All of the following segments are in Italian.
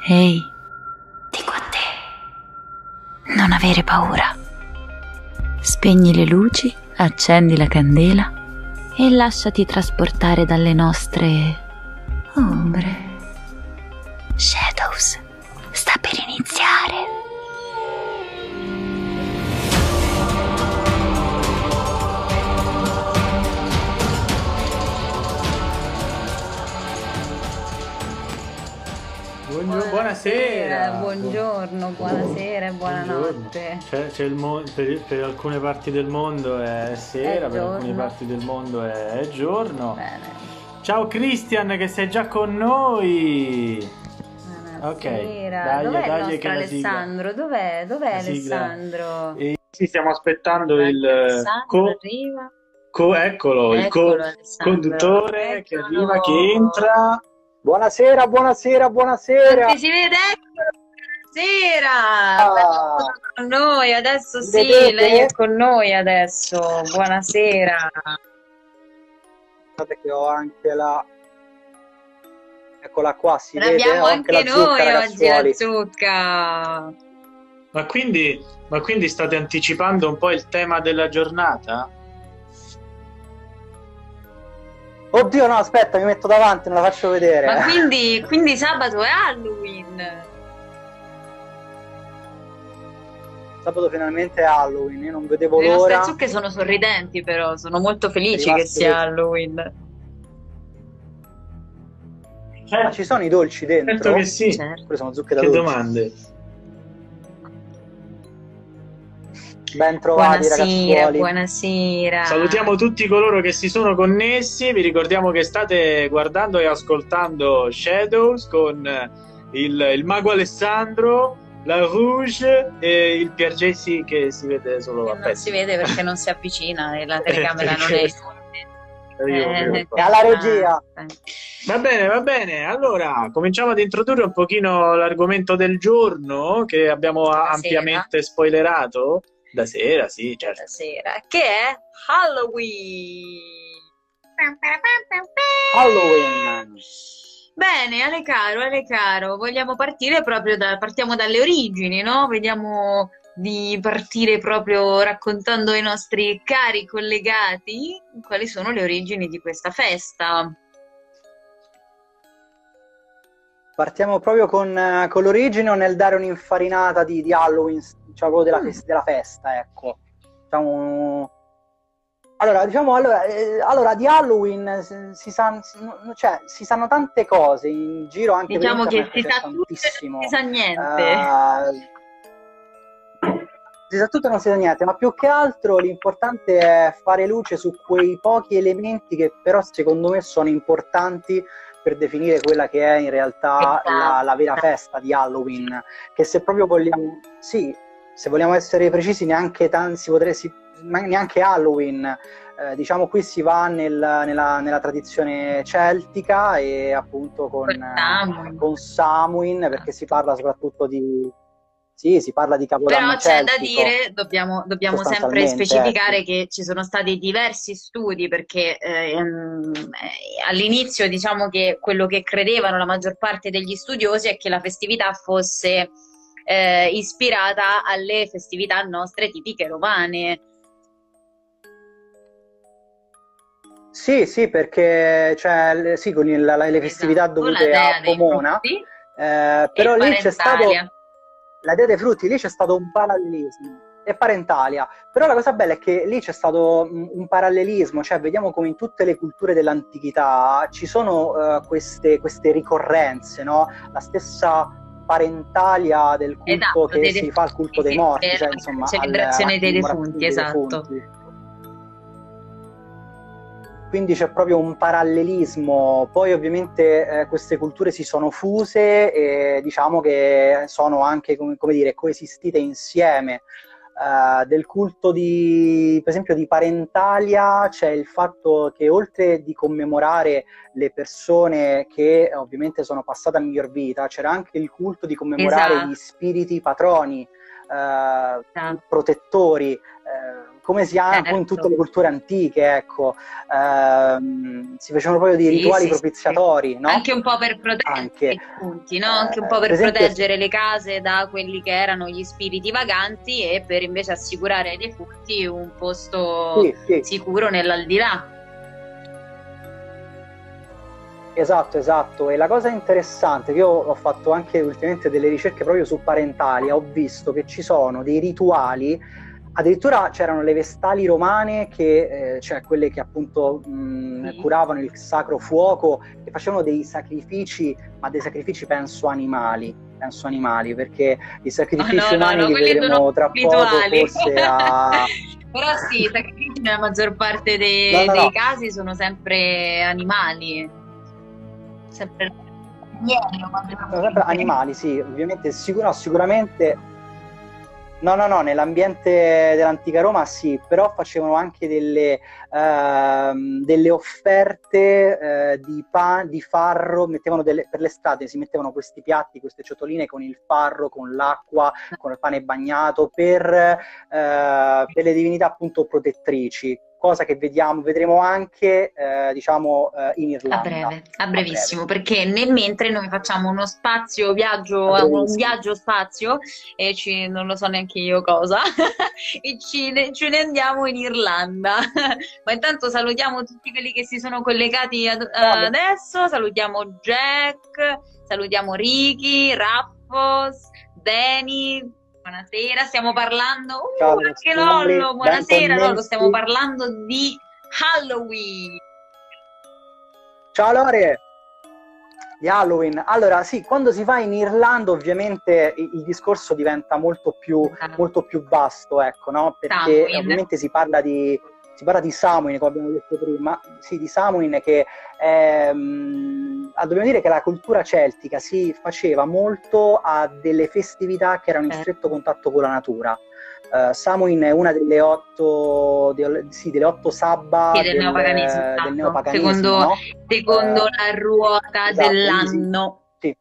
Ehi, dico a te, non avere paura. Spegni le luci, accendi la candela e lasciati trasportare dalle nostre ombre. Shadows sta per iniziare. Buonasera. Buongiorno, buonasera e buonanotte. C'è per alcune parti del mondo è sera, per alcune parti del mondo è giorno. Bene. Ciao Christian, che sei già con noi. Buonasera. Dov'è il nostro Alessandro? Dov'è Alessandro? Sì, stiamo aspettando il arriva. Eccolo, il conduttore che arriva, che entra. Buonasera. Non si vede, eccolo. Buonasera. Con noi adesso, sì, vedete? Lei è con noi adesso. Buonasera. Guardate che ho anche la... Eccola qua, si Ce vede? l'abbiamo Ho anche la noi zucca, oggi, la ragazzuoli. zucca. Ma quindi state anticipando un po' il tema della giornata? Oddio, no, aspetta, mi metto davanti, non la faccio vedere. Ma quindi sabato è Halloween. Sabato finalmente è Halloween, io non vedevo Le nostre l'ora. zucche sono sorridenti, però sono molto felici Rimaste che sia lì. Halloween. Ma ci sono i dolci dentro? Certo che sì. Certo. Quelle sono zucche da Che dolci. domande? Ben trovati, ragazzuoli. Buonasera. Salutiamo tutti coloro che si sono connessi, vi ricordiamo che state guardando e ascoltando Shadows con il mago Alessandro, la Rouge e il Piergessi che si vede solo a Non pezzi. si vede perché non si avvicina e la telecamera non è... E alla regia. Va bene, allora cominciamo ad introdurre un pochino l'argomento del giorno che abbiamo ampiamente spoilerato. Da sera, sì, certo. Stasera, che è Halloween. Halloween. Bene, Ale caro, vogliamo partire proprio partiamo dalle origini, no? Vediamo di partire proprio raccontando ai nostri cari collegati quali sono le origini di questa festa. Partiamo proprio con l'origine o nel dare un'infarinata di Halloween, cioè quello della festa, ecco. Allora, di Halloween si sanno tante cose in giro, anche diciamo per che si sa tutto e non si sa niente. Si sa tutto e non si sa niente, ma più che altro l'importante è fare luce su quei pochi elementi che però secondo me sono importanti per definire quella che è in realtà la vera festa di Halloween, che se proprio vogliamo, sì, se vogliamo essere precisi, neanche Halloween, diciamo qui si va nella tradizione celtica e appunto con Samhain, perché si parla soprattutto si parla di Capodanno però c'è celtico, da dire, dobbiamo sempre specificare che ci sono stati diversi studi, perché all'inizio diciamo che quello che credevano la maggior parte degli studiosi è che la festività fosse ispirata alle festività nostre tipiche romane. Sì, perché con le festività dovute a Pomona, però lì c'è stato la dea dei frutti, lì c'è stato un parallelismo, e Parentalia, però la cosa bella è che lì c'è stato un parallelismo, cioè vediamo come in tutte le culture dell'antichità ci sono queste ricorrenze, no? La stessa Parentalia del culto che si fa al culto dei morti, cioè insomma celebrazione dei defunti, esatto. Quindi c'è proprio un parallelismo. Poi ovviamente queste culture si sono fuse e diciamo che sono anche, come dire, coesistite insieme. Del culto per esempio di Parentalia c'è il fatto che oltre di commemorare le persone che ovviamente sono passate a miglior vita, c'era anche il culto di commemorare gli spiriti patroni, protettori, come si ha in tutte le culture antiche, ecco, si facevano proprio dei rituali propiziatori, no? Anche un po' per proteggere i punti, no? Anche un po' per proteggere le case da quelli che erano gli spiriti vaganti e per invece assicurare ai defunti un posto sicuro nell'aldilà. Esatto, e la cosa interessante che io ho fatto anche ultimamente delle ricerche proprio su Parentalia, ho visto che ci sono dei rituali, addirittura c'erano le vestali romane, che, cioè quelle che appunto curavano il sacro fuoco, che facevano dei sacrifici, ma dei sacrifici penso animali, perché i sacrifici umani li vedremo tra poco forse a... Però sì, i sacrifici nella maggior parte dei casi sono sempre animali. Sempre animali, sì, ovviamente sicuramente nell'ambiente dell'antica Roma sì, però facevano anche delle offerte di farro, mettevano per le strade, si mettevano questi piatti, queste ciotoline con il farro, con l'acqua, con il pane bagnato per le divinità appunto protettrici, cosa che vedremo anche in Irlanda. A brevissimo, perché nel mentre noi facciamo uno viaggio spazio e non lo so neanche io cosa e ce ne andiamo in Irlanda. Ma intanto salutiamo tutti quelli che si sono collegati adesso, salutiamo Jack, salutiamo Ricky, Raffos, Danny. Buonasera, stiamo parlando, anche Lollo, buonasera Lollo, stiamo parlando di Halloween. Ciao Lore, di Halloween. Allora sì, quando si va in Irlanda ovviamente il discorso diventa molto più vasto, ecco, no? Perché ovviamente si parla di Samhain, come abbiamo detto prima, sì, di Samhain, che dobbiamo dire che la cultura celtica si faceva molto a delle festività che erano in stretto contatto con la natura. Samhain è una delle 8 sabba del neopaganismo, secondo la ruota dell'anno. Sì.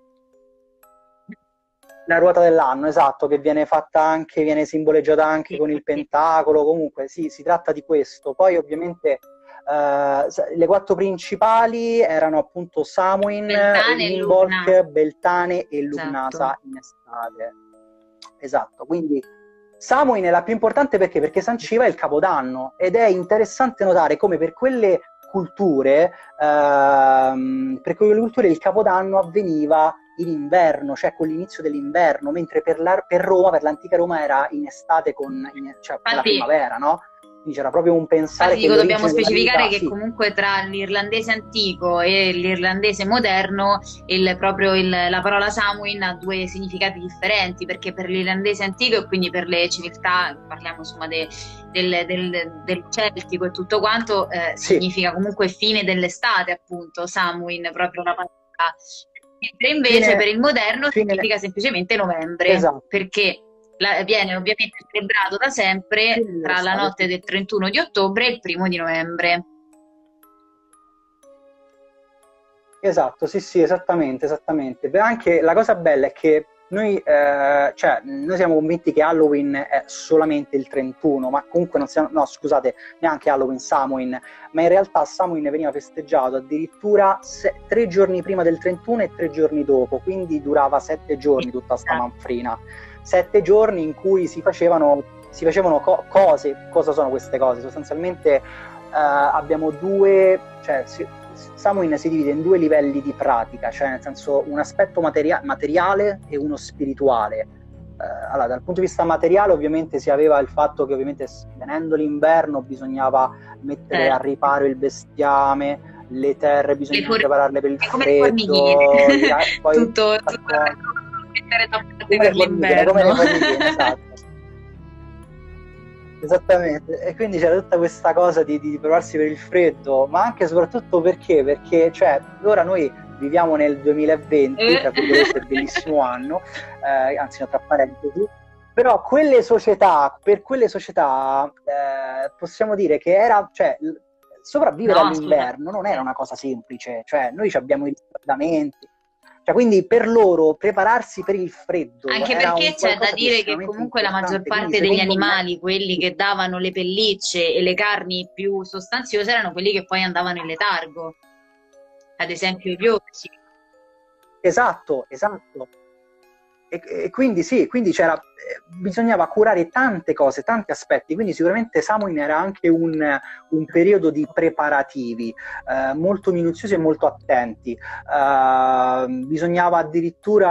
La ruota dell'anno, esatto, che viene simboleggiata anche con il pentacolo, comunque sì, si tratta di questo. Poi ovviamente le 4 principali erano appunto Samhain, Imbolc, Beltane e Lugnasa in estate. Esatto, quindi Samhain è la più importante perché sanciva il Capodanno, ed è interessante notare come per quelle culture il Capodanno avveniva in inverno, cioè con l'inizio dell'inverno, mentre per Roma, per l'antica Roma, era in estate con la primavera, no? Quindi c'era proprio un pensare che dobbiamo specificare che comunque tra l'irlandese antico e l'irlandese moderno la parola Samhain ha 2 significati differenti, perché per l'irlandese antico e quindi per le civiltà, parliamo insomma del celtico e tutto quanto, significa comunque fine dell'estate, appunto, Samhain, proprio la parola. Mentre invece per il moderno significa semplicemente novembre, perché viene ovviamente celebrato da sempre tra la notte del 31 di ottobre e il 1 di novembre. Esatto, sì, esattamente. Beh, anche la cosa bella è che noi siamo convinti che Halloween è solamente il 31, ma comunque neanche Halloween, Samhain, ma in realtà Samhain veniva festeggiato addirittura 3 giorni prima del 31 e 3 giorni dopo, quindi durava 7 giorni tutta sta manfrina. 7 giorni in cui si facevano cose. Cosa sono queste cose? Sostanzialmente abbiamo Samhain si divide in 2 livelli di pratica, cioè nel senso un aspetto materiale e uno spirituale. Allora, dal punto di vista materiale ovviamente si aveva il fatto che ovviamente venendo l'inverno bisontare mettere a riparo il bestiame, le terre bisognava prepararle per il freddo, poi tutto mettere da parte per l'inverno. Esatto. Esattamente, e quindi c'era tutta questa cosa di prepararsi per il freddo, ma anche e soprattutto perché ora noi viviamo nel 2020, tra virgolette, bellissimo anno, anzi no, tra parentesi, però per quelle società possiamo dire che sopravvivere all'inverno non era una cosa semplice, cioè noi abbiamo i riscaldamenti. Cioè, quindi per loro prepararsi per il freddo anche era perché un c'è da qualcosa di dire che comunque la maggior importante, parte quindi degli secondo me animali, quelli che davano le pellicce e le carni più sostanziose, erano quelli che poi andavano in letargo, ad esempio gli orsi. esatto, esatto. E quindi sì, quindi bisognava curare tante cose, tanti aspetti, quindi sicuramente Samhain era anche un periodo di preparativi molto minuziosi e molto attenti. Bisognava addirittura,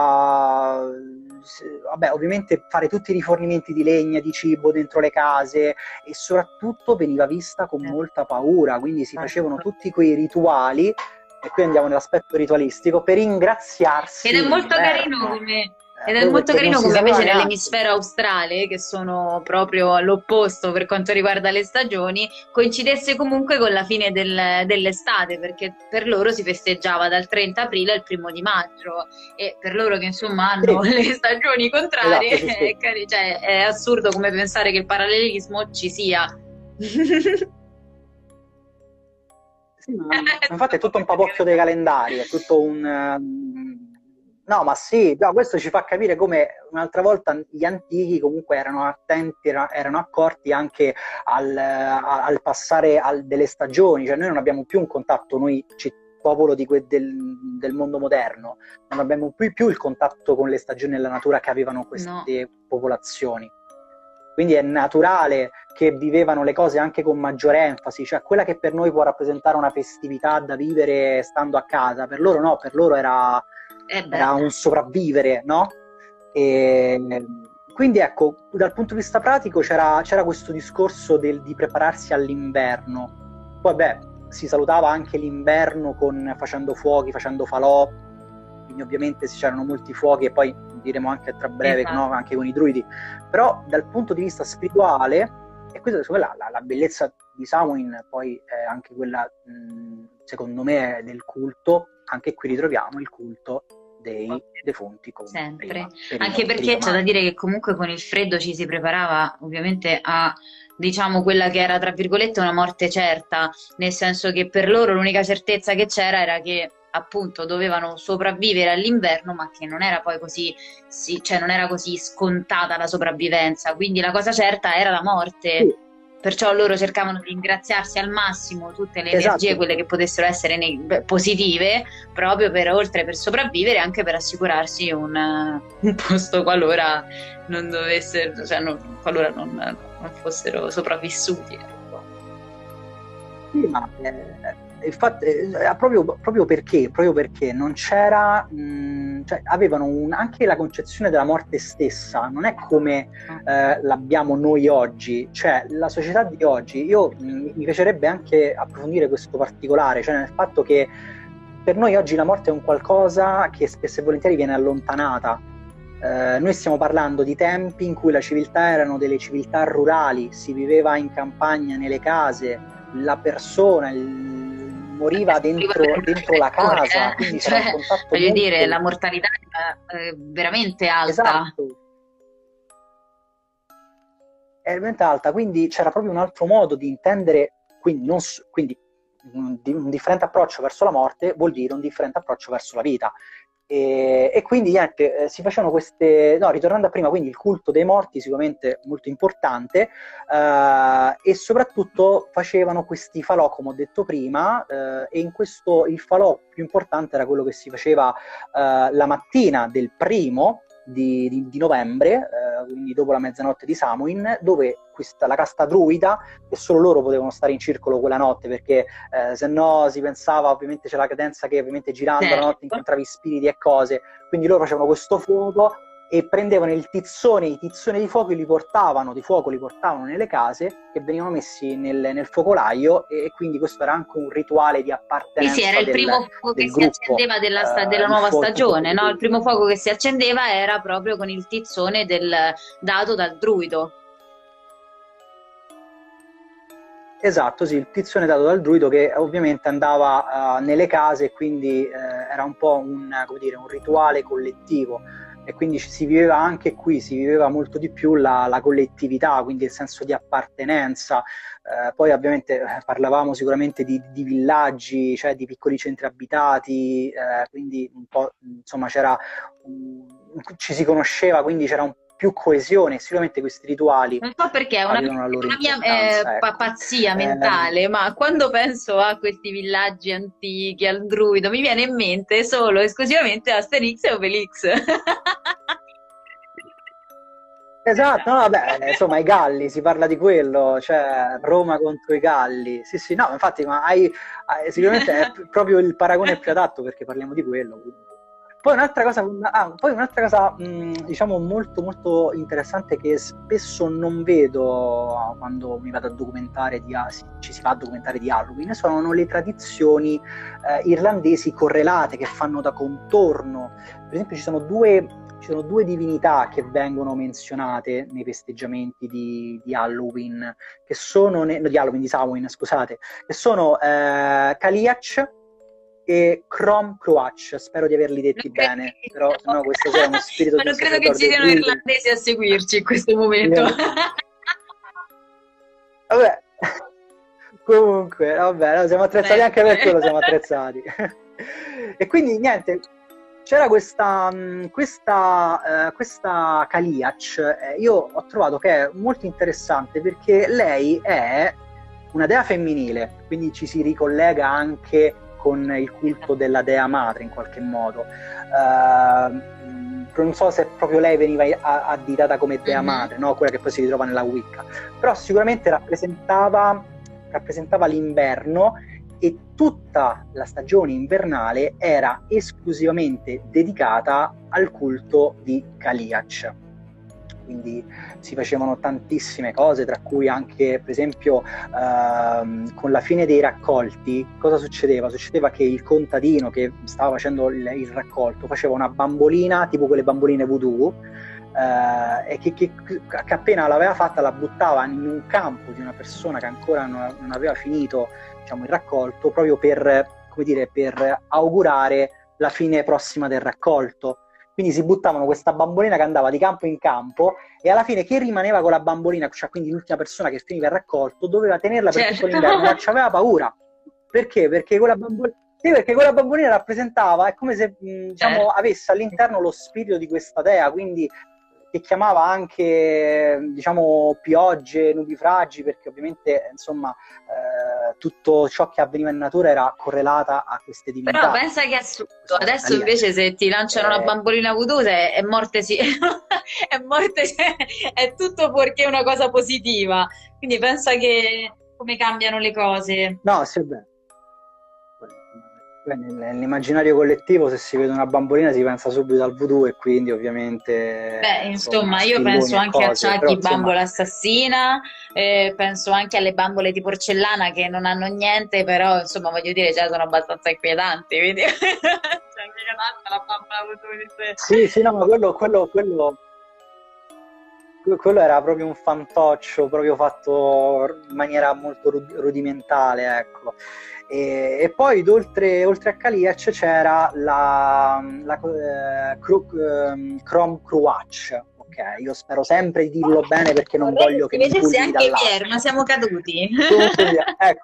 vabbè, ovviamente fare tutti i rifornimenti di legna, di cibo dentro le case, e soprattutto veniva vista con molta paura, quindi si facevano tutti quei rituali. E qui andiamo nell'aspetto ritualistico, per ringraziarsi Ed è molto carino come invece nell'emisfero australe, che sono proprio all'opposto per quanto riguarda le stagioni, coincidesse comunque con la fine dell'estate, perché per loro si festeggiava dal 30 aprile al 1° maggio, e per loro che insomma hanno le stagioni contrarie, esatto, sì. Cioè, è assurdo come pensare che il parallelismo ci sia. Sì, infatti è tutto un papocchio dei calendari, è tutto no, ma sì, no, questo ci fa capire come un'altra volta gli antichi comunque erano attenti, erano accorti anche al passare delle stagioni, cioè noi non abbiamo più un contatto, noi popolo del mondo moderno, non abbiamo più il contatto con le stagioni della natura che avevano queste popolazioni. Quindi è naturale che vivevano le cose anche con maggiore enfasi, cioè quella che per noi può rappresentare una festività da vivere stando a casa, per loro no, per loro era un sopravvivere, no? E quindi ecco, dal punto di vista pratico c'era questo discorso di prepararsi all'inverno. Poi beh, si salutava anche l'inverno facendo fuochi, facendo falò, quindi ovviamente c'erano molti fuochi, e poi diremo anche tra breve, no? Anche con i druidi. Però dal punto di vista spirituale, e questa è la bellezza di Samhain, poi è anche quella, secondo me, del culto. Anche qui ritroviamo il culto dei defunti come sempre, anche perché c'è da dire che comunque con il freddo ci si preparava ovviamente a, diciamo, quella che era tra virgolette una morte certa, nel senso che per loro l'unica certezza che c'era era che appunto dovevano sopravvivere all'inverno, ma che non era poi così, cioè non era così scontata la sopravvivenza, quindi la cosa certa era la morte. Sì. Perciò loro cercavano di ringraziarsi al massimo tutte le energie, quelle che potessero essere positive, proprio per sopravvivere, anche per assicurarsi un posto qualora non dovessero, cioè qualora non fossero sopravvissuti. Sì, ma infatti proprio perché non c'era, cioè avevano anche la concezione della morte stessa, non è come l'abbiamo noi oggi, cioè la società di oggi. Mi piacerebbe anche approfondire questo particolare, cioè nel fatto che per noi oggi la morte è un qualcosa che spesso e volentieri viene allontanata. Noi stiamo parlando di tempi in cui la civiltà erano delle civiltà rurali, si viveva in campagna, nelle case, la persona moriva dentro la casa, quindi c'era un contatto voglio dire, la mortalità è veramente alta. Esatto. È veramente alta, quindi c'era proprio un altro modo di intendere, quindi un differente approccio verso la morte vuol dire un differente approccio verso la vita. E quindi niente, si facevano ritornando a prima, quindi il culto dei morti sicuramente molto importante, e soprattutto facevano questi falò, come ho detto prima, e in questo il falò più importante era quello che si faceva la mattina del 1° di novembre, quindi dopo la mezzanotte di Samhain, dove la casta druida, e solo loro potevano stare in circolo quella notte, perché se no si pensava, ovviamente c'è la cadenza che ovviamente girando la notte incontravi spiriti e cose, quindi loro facevano questo fuoco e prendevano i tizzoni di fuoco, li portavano nelle case, che venivano messi nel focolaio, e quindi questo era anche un rituale di appartenenza. Sì, era il primo fuoco che si accendeva della nuova stagione, no? Il primo fuoco che si accendeva era proprio con il tizzone dato dal druido. Esatto, sì, il tizzone dato dal druido, che ovviamente andava nelle case, e quindi era un po' un rituale collettivo. e quindi si viveva anche qui, si viveva molto di più la collettività, quindi il senso di appartenenza. Poi ovviamente parlavamo sicuramente di villaggi, cioè di piccoli centri abitati, quindi un po', insomma, ci si conosceva, quindi c'era più coesione, sicuramente questi rituali. Non so perché è una mia ecco. pazzia mentale, ma quando penso a questi villaggi antichi, al druido, mi viene in mente solo esclusivamente Asterix e Obelix. Esatto, no, vabbè, insomma, i Galli, si parla di quello, cioè Roma contro i Galli. Sì, sì, no, infatti, ma sicuramente è proprio il paragone più adatto, perché parliamo di quello. Quindi. Poi un'altra cosa, diciamo molto molto interessante, che spesso non vedo quando mi vado a documentare ci si va a documentare di Halloween, sono le tradizioni irlandesi correlate, che fanno da contorno. Per esempio ci sono due divinità che vengono menzionate nei festeggiamenti di Halloween, che sono di Samhain, scusate, che sono Cailleach e Crom Cruach. Spero di averli detti bene, però sennò questo è uno spirito ma non credo che ci siano irlandesi a seguirci in questo momento. Vabbè, comunque, vabbè, siamo attrezzati anche per quello, siamo attrezzati. E quindi niente, c'era questa Cailleach, io ho trovato che è molto interessante, perché lei è una dea femminile, quindi ci si ricollega anche con il culto della dea madre in qualche modo. Non so se proprio lei veniva additata come dea madre, no? Quella che poi si ritrova nella Wicca, però sicuramente rappresentava l'inverno, e tutta la stagione invernale era esclusivamente dedicata al culto di Cailleach. Quindi si facevano tantissime cose, tra cui anche, per esempio, con la fine dei raccolti, cosa succedeva? Succedeva che il contadino che stava facendo il raccolto faceva una bambolina, tipo quelle bamboline voodoo, e che appena l'aveva fatta la buttava in un campo di una persona che ancora non aveva finito, diciamo, il raccolto, proprio per augurare la fine prossima del raccolto. Quindi si buttavano questa bambolina che andava di campo in campo, e alla fine chi rimaneva con la bambolina, cioè quindi l'ultima persona che finiva il raccolto, doveva tenerla per tutto l'inverno, ma aveva paura. Perché? Perché quella bambolina rappresentava, è come se diciamo, avesse all'interno lo spirito di questa dea, quindi che chiamava anche, diciamo, piogge, nubifragi, perché ovviamente, insomma, tutto ciò che avveniva in natura era correlata a queste divinità. Però pensa che è assurdo, adesso invece se ti lanciano una bambolina voodoo è morte, sì. è morte, è tutto fuorché una cosa positiva, quindi pensa che come cambiano le cose. No, sì, beh. Nell'immaginario collettivo, se si vede una bambolina si pensa subito al voodoo, e quindi ovviamente insomma io penso anche a Chucky, bambola assassina, penso anche alle bambole di porcellana che non hanno niente, però insomma voglio dire, già sono abbastanza inquietanti, quindi cioè, la bambola voodoo. Sì, no, ma quello era proprio un fantoccio, proprio fatto in maniera molto rudimentale, ecco. E poi oltre a Cailleach c'era la Crom Cruach. Ok, io spero sempre di dirlo bene, perché non voglio che mi pulli anche Pier, ma siamo caduti. Ecco.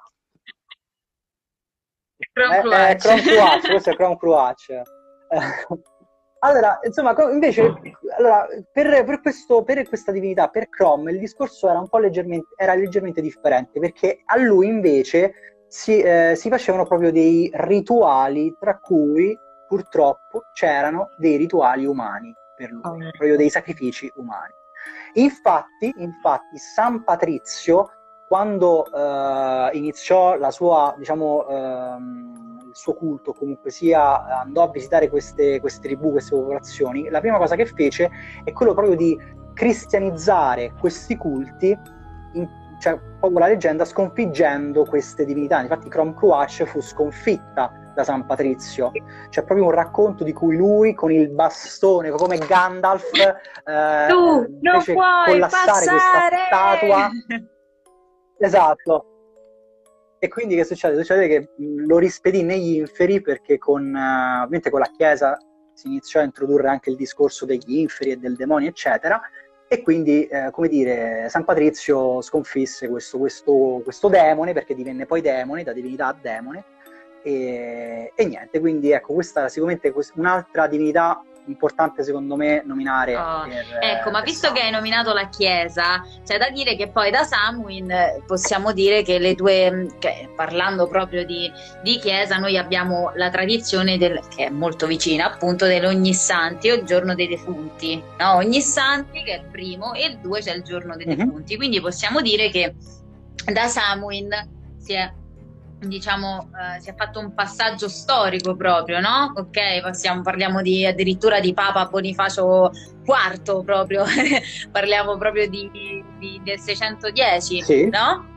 Crom Cruach, questo è Crom Cruach. Allora, insomma, invece, per questa divinità, per Crom, il discorso era leggermente differente, perché a lui invece si facevano proprio dei rituali, tra cui purtroppo c'erano dei rituali umani per lui, proprio dei sacrifici umani. Infatti San Patrizio, quando iniziò la sua, diciamo, il suo culto, comunque sia, andò a visitare queste tribù, queste popolazioni, la prima cosa che fece è quello proprio di cristianizzare questi culti, cioè proprio la leggenda, sconfiggendo queste divinità. Infatti Crom Cruach fu sconfitta da San Patrizio. C'è proprio un racconto di cui lui, con il bastone, come Gandalf, fece collassare questa statua. Esatto. E quindi che succede? Succede che lo rispedì negli inferi, perché ovviamente con la chiesa si iniziò a introdurre anche il discorso degli inferi e del demonio, eccetera, e quindi, come dire, San Patrizio sconfisse questo demone, perché divenne poi demone, da divinità a demone, e niente, quindi ecco, questa sicuramente un'altra divinità importante secondo me nominare. Ecco, ma visto che hai nominato la Chiesa, c'è da dire che poi da Samhain possiamo dire che le due, parlando proprio di Chiesa, noi abbiamo la tradizione che è molto vicina appunto dell'Ognissanti o il giorno dei defunti, no? Ognissanti che è il primo e il 2 c'è il giorno dei defunti, quindi possiamo dire che da Samhain si è fatto un passaggio storico proprio, no? Ok, parliamo addirittura di Papa Bonifacio IV proprio, parliamo proprio del 610, sì. No?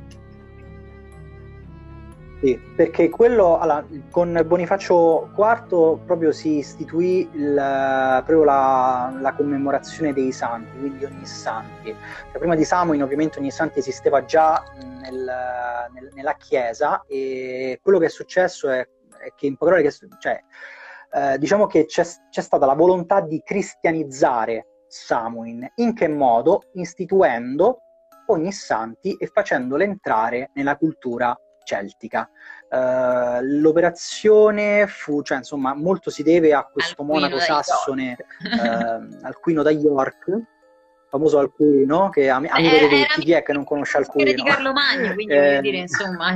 Sì, perché con Bonifacio IV proprio si istituì proprio la commemorazione dei santi, quindi Ognissanti. Prima di Samhain ovviamente Ognissanti esisteva già nella Chiesa, e quello che è successo è che, in poche parole, diciamo che c'è stata la volontà di cristianizzare Samhain. In che modo? Istituendo Ognissanti e facendole entrare nella cultura celtica. L'operazione fu, molto si deve a questo monaco sassone, Alcuino da York, famoso Alcuino, che amico di tutti. Chi è che non conosce Alcuino? Di Carlo Magno, quindi voglio dire, insomma,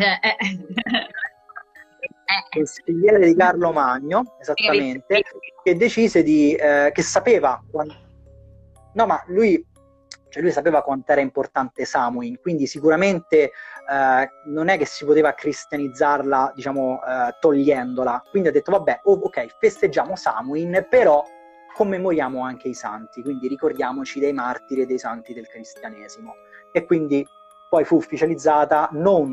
consigliere di Carlo Magno, esattamente, che decise che sapeva no, ma lui sapeva quanto era importante Samhain, quindi sicuramente non è che si poteva cristianizzarla, togliendola. Quindi ha detto, vabbè, ok, festeggiamo Samhain, però commemoriamo anche i santi, quindi ricordiamoci dei martiri e dei santi del cristianesimo. E quindi poi fu ufficializzata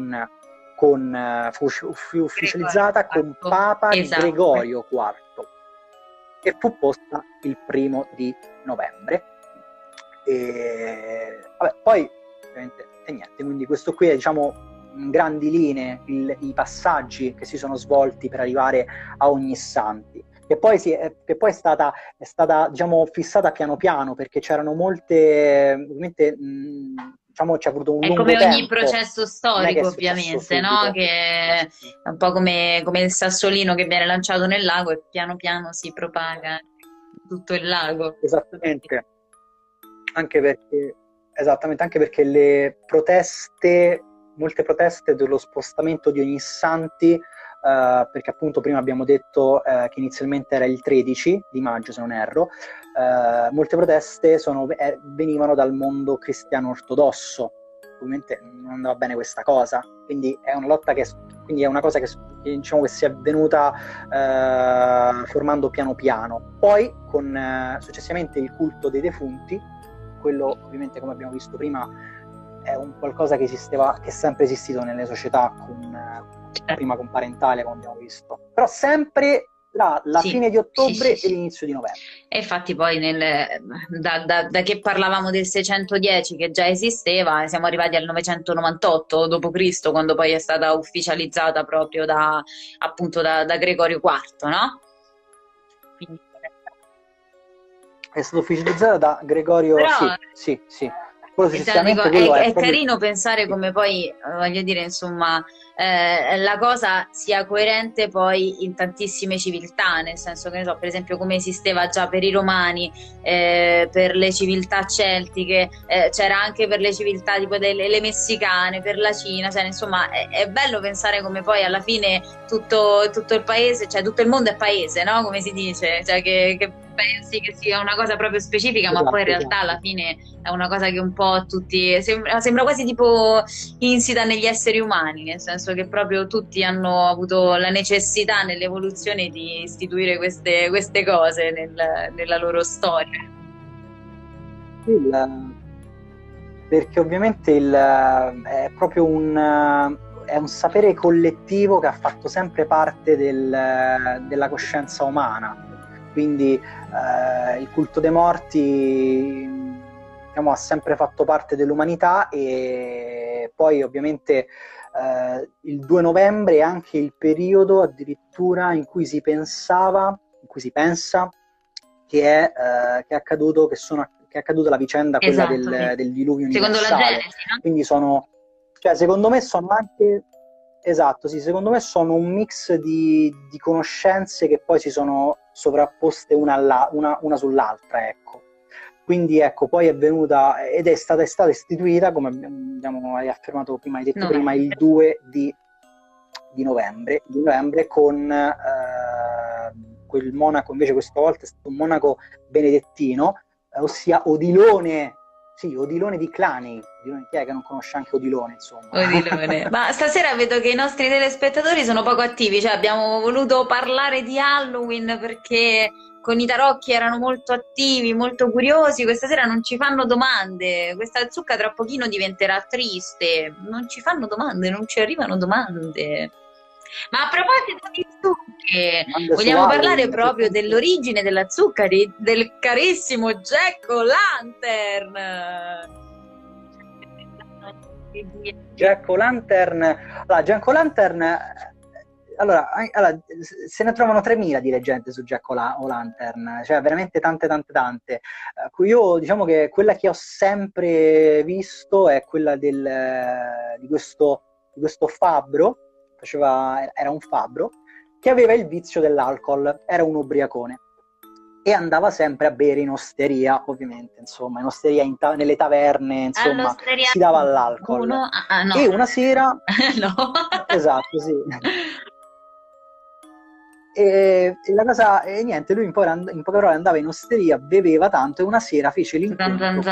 fu ufficializzata con Papa Gregorio IV e fu posta il 1° di novembre. E vabbè, poi ovviamente niente, quindi questo qui è, in grandi linee i passaggi che si sono svolti per arrivare a Ognissanti, che poi è stata fissata piano piano, perché c'erano molte, ovviamente, c'è avuto un lungo tempo. È come ogni processo storico, ovviamente, no? Che è un po' come il sassolino che viene lanciato nel lago e piano piano si propaga tutto il lago. Esattamente. Anche perché molte proteste dello spostamento di Ognissanti, perché appunto prima abbiamo detto che inizialmente era il 13 di maggio, se non erro, molte proteste venivano dal mondo cristiano ortodosso. Ovviamente non andava bene questa cosa, quindi è una lotta quindi è una cosa che si è avvenuta formando piano piano. Poi successivamente il culto dei defunti, quello ovviamente, come abbiamo visto prima, è un qualcosa che è sempre esistito nelle società, prima con Parentalia, come abbiamo visto, però sempre la fine di ottobre e l'inizio di novembre. E infatti poi da che parlavamo del 610 che già esisteva, siamo arrivati al 998 d.C., quando poi è stata ufficializzata proprio da Gregorio IV, no? Quindi è stata ufficializzata da Gregorio. Però, sì. È carino pensare come poi, voglio dire, insomma, la cosa sia coerente poi in tantissime civiltà, nel senso che, per esempio, come esisteva già per i romani, per le civiltà celtiche, c'era anche per le civiltà tipo le messicane, per la Cina, insomma, è bello pensare come poi alla fine tutto il paese, tutto il mondo è paese, no? Come si dice, che pensi che sia una cosa proprio specifica, esatto, ma poi in realtà alla fine è una cosa che un po' tutti sembra quasi tipo insita negli esseri umani, nel senso che proprio tutti hanno avuto la necessità nell'evoluzione di istituire queste cose nella loro storia. Perché ovviamente è proprio un sapere collettivo che ha fatto sempre parte della coscienza umana. Quindi il culto dei morti ha sempre fatto parte dell'umanità, e poi ovviamente il 2 novembre è anche il periodo addirittura in cui si pensava in cui si pensa che è accaduto la vicenda, quella del diluvio universale. Secondo la Genesi, no? Quindi secondo me sono anche, esatto, sì, secondo me sono un mix di conoscenze che poi si sono sovrapposte una sull'altra, ecco. Quindi ecco, poi è venuta ed è stata istituita, come hai affermato prima, hai detto prima, il 2 di novembre, con quel monaco, invece questa volta è stato un monaco benedettino, ossia Odilone di Cluny. Chi è che non conosce anche Odilone, insomma? Odilone. Ma stasera vedo che i nostri telespettatori sono poco attivi, cioè abbiamo voluto parlare di Halloween perché con i tarocchi erano molto attivi, molto curiosi, questa sera non ci fanno domande, questa zucca tra pochino diventerà triste, non ci fanno domande, non ci arrivano domande. Ma a proposito di zucche, vogliamo parlare proprio dell'origine della zucca, del carissimo Jack O'Lantern. Jack O'Lantern, allora, se ne trovano 3.000 di leggende su Jack O'Lantern, cioè veramente tante. Io diciamo che quella che ho sempre visto è quella di questo fabbro, era un fabbro, che aveva il vizio dell'alcol, era un ubriacone e andava sempre a bere in osteria, ovviamente, insomma, in osteria, nelle taverne, insomma, si dava all'alcol. No. E una sera... no. Esatto, sì. E la cosa, e niente, lui in poche parole andava in osteria, beveva tanto e una sera fece l'incontro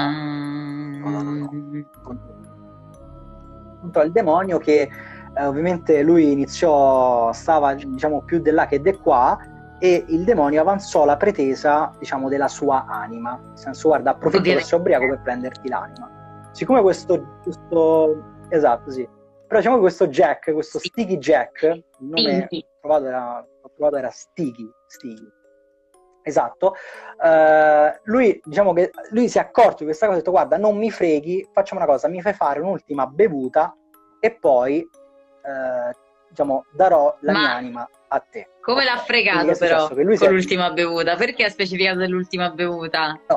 contro il demonio che ovviamente lui stava diciamo più di là che di qua, e il demonio avanzò la pretesa, diciamo, della sua anima, nel senso, guarda, approfitto che sei ubriaco per prenderti l'anima. Siccome questo esatto, sì, però diciamo che questo Jack, questo Sticky Jack, il nome ho trovato era Sticky, esatto, lui, diciamo che lui si è accorto di questa cosa, ha detto, guarda, non mi freghi, facciamo una cosa, mi fai fare un'ultima bevuta e poi diciamo, darò la mia anima a te. Come l'ha fregato però con l'ultima bevuta? Perché ha specificato dell'ultima bevuta? No.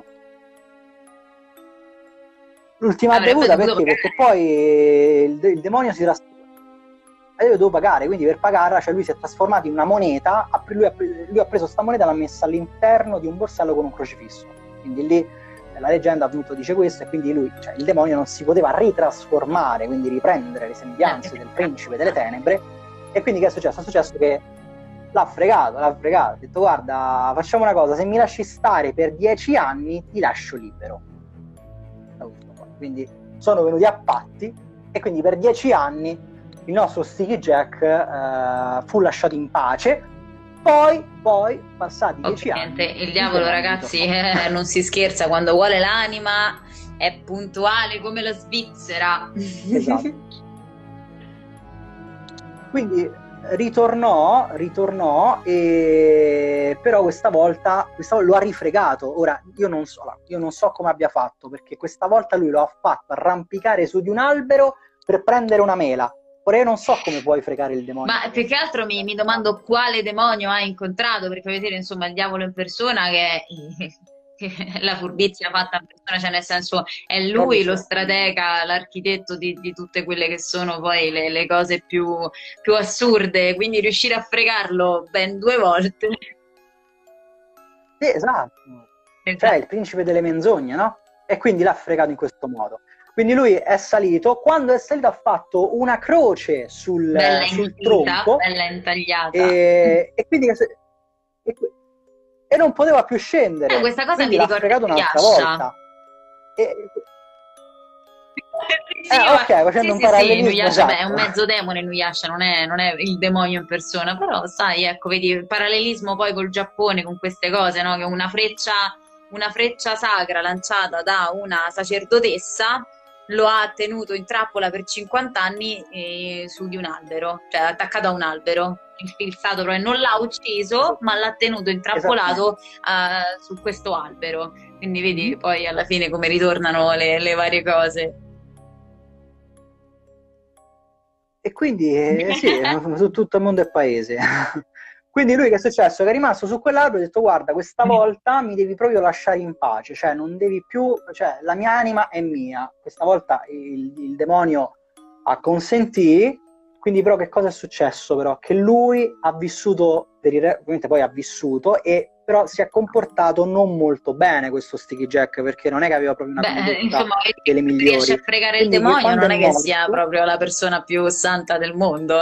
L'ultima bevuta perché poi il demonio si era... E io devo pagare, quindi per pagarla, cioè lui si è trasformato in una moneta, lui ha preso questa moneta e l'ha messa all'interno di un borsello con un crocifisso. Quindi lì la leggenda appunto dice questo, e quindi lui, cioè il demonio non si poteva ritrasformare, quindi riprendere le sembianze del principe delle tenebre, e quindi che è successo? È successo che l'ha fregato, ha detto, guarda, facciamo una cosa, se mi lasci stare per 10 anni ti lascio libero. Quindi sono venuti a patti, e quindi per 10 anni il nostro Sticky Jack fu lasciato in pace. Poi passati 10 anni, il diavolo, ragazzi, non si scherza, quando vuole l'anima è puntuale come la Svizzera. Esatto. Quindi ritornò e però questa volta lo ha rifregato. Ora io non so come abbia fatto, perché questa volta lui lo ha fatto arrampicare su di un albero per prendere una mela. Ora io non so come puoi fregare il demonio. Ma più che altro mi domando quale demonio ha incontrato, perché vedete, insomma, il diavolo in persona, che la furbizia fatta in persona, cioè nel senso è lui lo stratega, l'architetto di tutte quelle che sono poi le cose più assurde, quindi riuscire a fregarlo ben 2 volte. Sì, esatto. Cioè il principe delle menzogne, no? E quindi l'ha fregato in questo modo. Quindi lui è salito, quando è salito ha fatto una croce sul tronco, bella intagliata, e quindi e non poteva più scendere. Questa cosa quindi mi l'ha fregato un'altra volta. Ok, facendo un parallelismo. Esatto. Beh, è un mezzo demone Nuyasha, non è il demonio in persona, però sai, ecco, vedi il parallelismo poi col Giappone con queste cose, no? Che una freccia sacra lanciata da una sacerdotessa lo ha tenuto in trappola per 50 anni su di un albero, cioè attaccato a un albero, infilzato, non l'ha ucciso, ma l'ha tenuto intrappolato su questo albero. Quindi vedi poi alla fine come ritornano le varie cose. E quindi sì, su tutto il mondo è paese. Quindi lui che è successo? Che è rimasto su quell'albero e ha detto guarda, questa volta mi devi proprio lasciare in pace, cioè non devi più, cioè la mia anima è mia. Questa volta il demonio acconsentì, quindi però che cosa è successo però? Che lui ha vissuto, ovviamente poi ha vissuto, e però si è comportato non molto bene questo Sticky Jack, perché non è che aveva proprio una condotta delle migliori. Riesce a fregare il demonio, non è che sia proprio la persona più santa del mondo,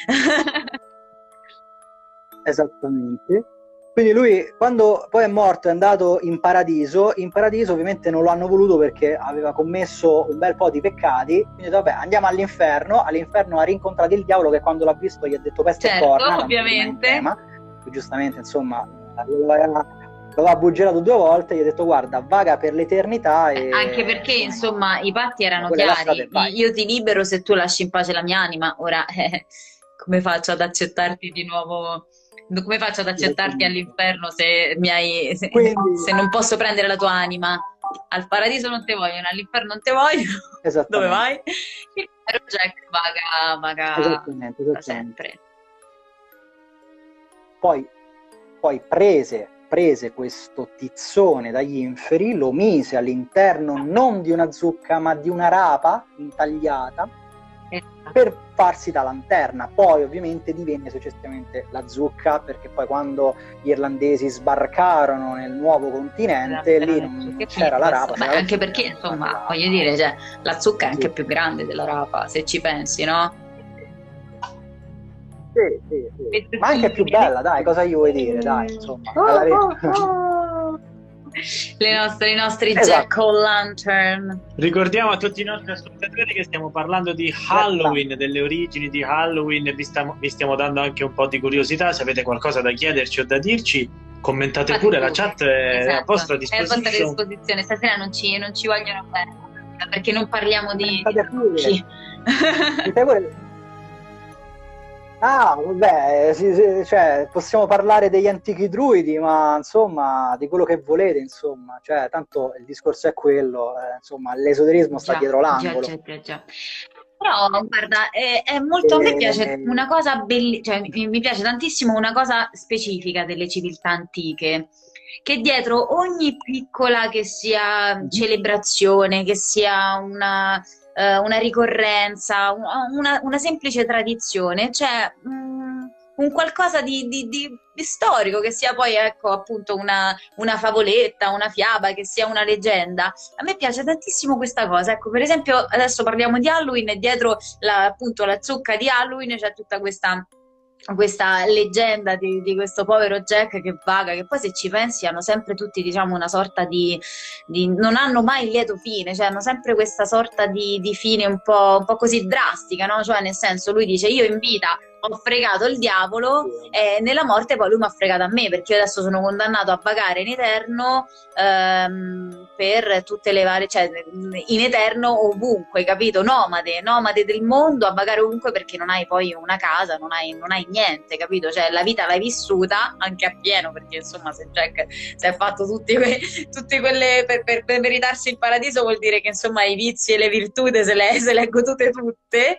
Esattamente. Quindi lui, quando poi è morto, è andato in paradiso ovviamente non lo hanno voluto perché aveva commesso un bel po' di peccati, quindi vabbè, andiamo all'inferno ha rincontrato il diavolo, che quando l'ha visto gli ha detto peste e corna, ovviamente. Giustamente, insomma, lo aveva buggerato 2 volte, gli ha detto guarda, vaga per l'eternità. E, anche perché, insomma, i patti erano chiari, io ti libero se tu lasci in pace la mia anima, ora come faccio ad accettarti di nuovo? Come faccio ad accettarti all'inferno se non posso prendere la tua anima? Al paradiso non te vogliono, all'inferno non te vogliono. Dove vai? Il povero Jack vaga esattamente. sempre. Poi prese questo tizzone dagli inferi, lo mise all'interno non di una zucca ma di una rapa intagliata, per farsi da lanterna. Poi ovviamente divenne successivamente la zucca, perché poi quando gli irlandesi sbarcarono nel nuovo continente, lì non c'era la rapa. Ma anche perché, insomma, voglio dire, cioè, la zucca è anche più grande della rapa, se ci pensi, no? Sì. Ma anche più bella, dai, cosa gli vuoi dire, dai, insomma. I nostri Jack O'Lantern. Ricordiamo a tutti i nostri ascoltatori che stiamo parlando di Halloween, delle origini di Halloween, vi stiamo dando anche un po' di curiosità. Se avete qualcosa da chiederci o da dirci, commentate pure, la chat è a vostra disposizione. È a vostra disposizione. Stasera non ci vogliono bene, perché non parliamo di vabbè, cioè, possiamo parlare degli antichi druidi, ma insomma, di quello che volete, insomma, cioè, tanto il discorso è quello, insomma, l'esoterismo sta dietro l'angolo. Già. Però, guarda, è molto, a me piace una cosa cioè, mi piace tantissimo una cosa specifica delle civiltà antiche, che dietro ogni piccola, che sia celebrazione, che sia una ricorrenza, una semplice tradizione, c'è un qualcosa di storico, che sia poi, ecco, appunto una favoletta, una fiaba, che sia una leggenda. A me piace tantissimo questa cosa. Ecco, per esempio, adesso parliamo di Halloween e dietro appunto la zucca di Halloween c'è tutta questa leggenda di questo povero Jack che vaga, che poi, se ci pensi, hanno sempre tutti, diciamo, una sorta di non hanno mai il lieto fine, cioè hanno sempre questa sorta di fine un po' così drastica, no? Cioè, nel senso, lui dice: io in vita ho fregato il diavolo e nella morte poi lui mi ha fregato a me, perché io adesso sono condannato a vagare in eterno, per tutte le varie, cioè in eterno ovunque, capito? Nomade del mondo, a vagare ovunque, perché non hai poi una casa, non hai niente, capito? Cioè la vita l'hai vissuta anche a pieno, perché insomma, se Jack si è fatto tutte quelle per meritarsi il paradiso, vuol dire che insomma i vizi e le virtù se le è godute tutte.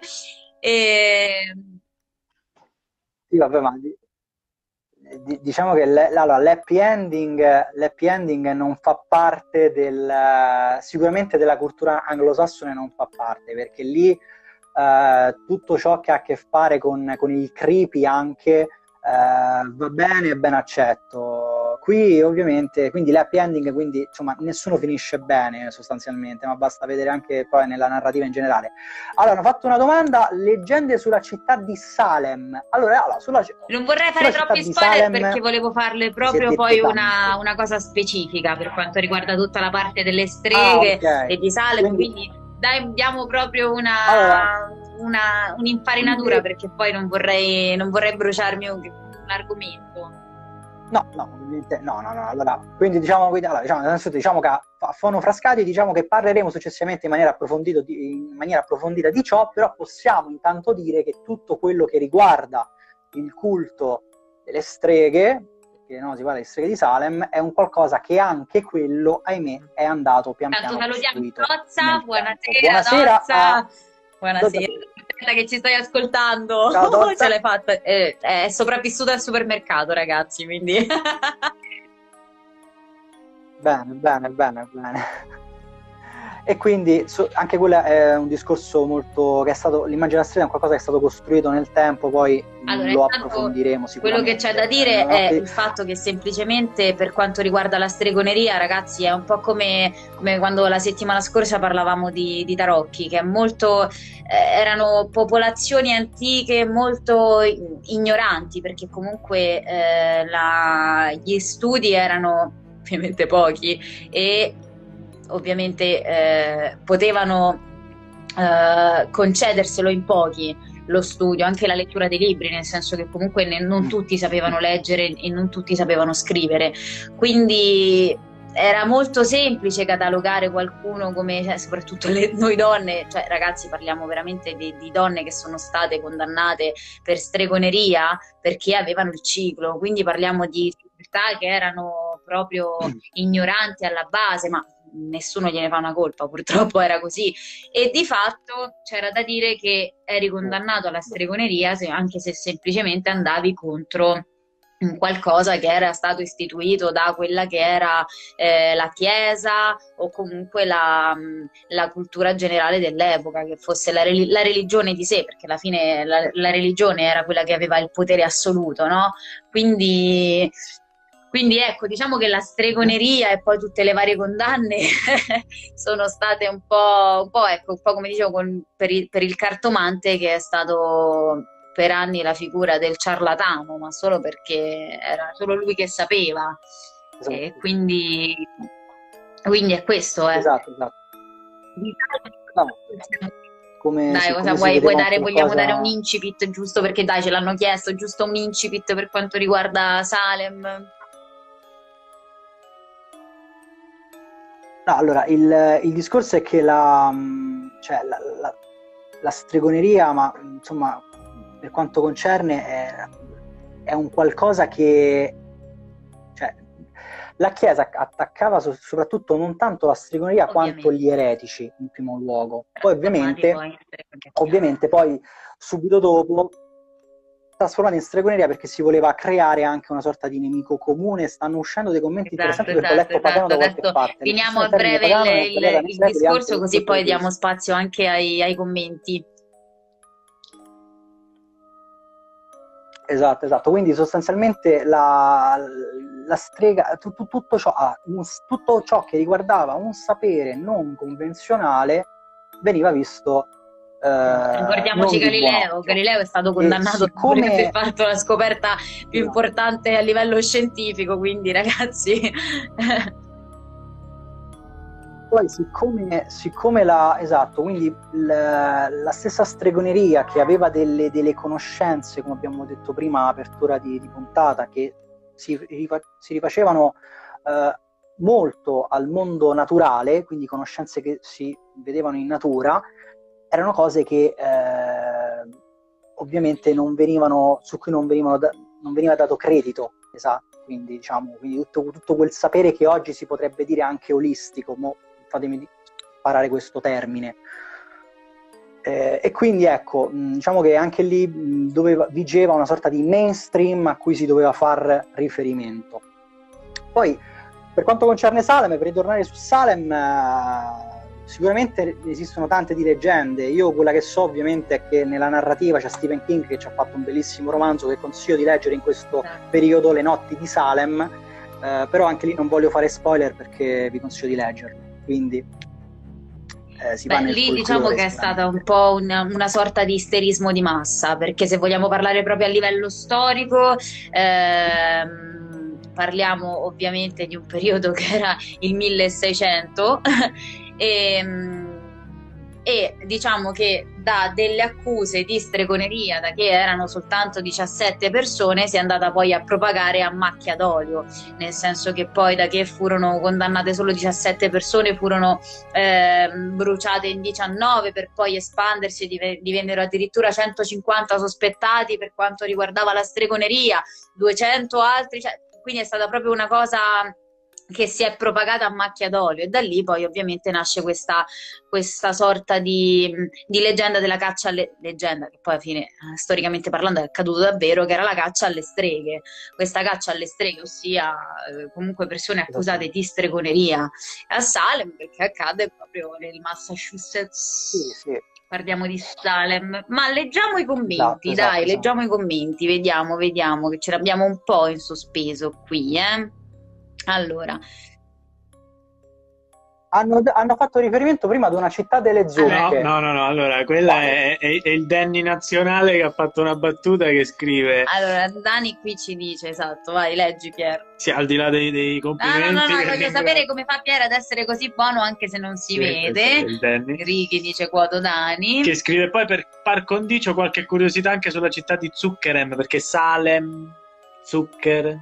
Sì, vabbè, ma diciamo che l'happy ending non fa parte sicuramente della cultura anglosassone, non fa parte, perché lì tutto ciò che ha a che fare con il creepy anche va bene, è ben accetto. Qui ovviamente, quindi l'happy ending, quindi insomma nessuno finisce bene sostanzialmente, ma basta vedere anche poi nella narrativa in generale. Allora, hanno fatto una domanda: leggende sulla città di Salem. Allora non vorrei fare troppi spoiler, perché volevo farle proprio poi una cosa specifica per quanto riguarda tutta la parte delle streghe e di Salem, quindi dai, diamo proprio un'infarinatura, perché poi non vorrei bruciarmi un argomento. No, allora, quindi diciamo che a Fono Frascati parleremo successivamente in maniera approfondita di ciò, però possiamo intanto dire che tutto quello che riguarda il culto delle streghe, perché no, si parla di streghe di Salem, è un qualcosa che anche quello, ahimè, è andato pian piano salutiamo costruito. Buonasera. che ci stai ascoltando. Ciao, ce l'hai fatta. È sopravvissuta al supermercato, ragazzi, quindi... Bene, bene, bene, bene. E quindi anche quello è un discorso molto che è stato, l'immagine strega è qualcosa che è stato costruito nel tempo, poi lo approfondiremo sicuramente. Quello che c'è da dire è il fatto che semplicemente per quanto riguarda la stregoneria, ragazzi, è un po' come quando la settimana scorsa parlavamo di tarocchi, che è molto erano popolazioni antiche molto ignoranti, perché comunque gli studi erano ovviamente pochi e ovviamente potevano concederselo in pochi lo studio, anche la lettura dei libri, nel senso che comunque non tutti sapevano leggere e non tutti sapevano scrivere, quindi era molto semplice catalogare qualcuno come, soprattutto noi donne, cioè ragazzi, parliamo veramente di donne che sono state condannate per stregoneria perché avevano il ciclo, quindi parliamo di civiltà che erano proprio ignoranti alla base, ma nessuno gliene fa una colpa, purtroppo era così, e di fatto c'era da dire che eri condannato alla stregoneria anche se semplicemente andavi contro qualcosa che era stato istituito da quella che era la Chiesa o comunque la cultura generale dell'epoca, che fosse la religione di sé, perché alla fine la religione era quella che aveva il potere assoluto, no? Quindi ecco, diciamo che la stregoneria e poi tutte le varie condanne sono state un po' come dicevo per il cartomante, che è stato per anni la figura del ciarlatano, ma solo perché era solo lui che sapeva. Esatto. E quindi è questo. Esatto. No. Dai, cosa vuoi dare? Vogliamo dare un incipit, giusto perché dai, ce l'hanno chiesto, giusto un incipit per quanto riguarda Salem? No, allora, il discorso è che la stregoneria, ma insomma, per quanto concerne, è un qualcosa che, cioè, la Chiesa attaccava soprattutto non tanto la stregoneria quanto gli eretici, in primo luogo. Poi ovviamente poi, subito dopo, trasformata in stregoneria perché si voleva creare anche una sorta di nemico comune. Stanno uscendo dei commenti interessanti perché ho letto Pagano da qualche parte. Finiamo a breve il discorso, così poi diamo spazio anche ai commenti. Esatto, quindi sostanzialmente la strega, tutto ciò che riguardava un sapere non convenzionale veniva visto. Ricordiamoci Galileo è stato condannato per aver fatto la scoperta più importante a livello scientifico, quindi ragazzi poi siccome quindi la stessa stregoneria, che aveva delle conoscenze, come abbiamo detto prima, apertura di puntata, che si rifacevano molto al mondo naturale, quindi conoscenze che si vedevano in natura, erano cose che ovviamente su cui non veniva dato credito, esatto, quindi tutto quel sapere che oggi si potrebbe dire anche olistico, fatemi sparare questo termine. E quindi ecco, diciamo che anche lì vigeva una sorta di mainstream a cui si doveva far riferimento. Poi, per quanto concerne Salem, per ritornare su Salem, sicuramente esistono tante di leggende. Io quella che so ovviamente è che nella narrativa c'è Stephen King, che ci ha fatto un bellissimo romanzo che consiglio di leggere in questo periodo, Le notti di Salem, però anche lì non voglio fare spoiler perché vi consiglio di leggerlo. Quindi lì diciamo che è stata un po' una sorta di isterismo di massa, perché se vogliamo parlare proprio a livello storico, parliamo ovviamente di un periodo che era il 1600 e diciamo che da delle accuse di stregoneria, da che erano soltanto 17 persone, si è andata poi a propagare a macchia d'olio, nel senso che poi da che furono condannate solo 17 persone furono bruciate in 19, per poi espandersi e divennero addirittura 150 sospettati per quanto riguardava la stregoneria, 200 altri, quindi è stata proprio una cosa che si è propagata a macchia d'olio, e da lì poi ovviamente nasce questa sorta di leggenda della caccia leggenda che poi alla fine, storicamente parlando, è accaduto davvero, che era la caccia alle streghe. Questa caccia alle streghe, ossia comunque persone accusate di stregoneria a Salem, perché accade proprio nel Massachusetts. Sì. Parliamo di Salem, ma leggiamo i commenti, esatto. Leggiamo i commenti, vediamo che ce l'abbiamo un po' in sospeso qui, Allora, hanno fatto riferimento prima ad una città delle zucche. No, allora, quella è il Danny nazionale che ha fatto una battuta che scrive... Allora, Dani qui ci dice, esatto, vai, leggi Pier. Sì, al di là dei complimenti... No, voglio sapere come fa Pier ad essere così buono anche se non si vede. Righi dice quoto Dani. Che scrive poi, per par condicio, qualche curiosità anche sulla città di Zuccherem, perché Salem, Zucker...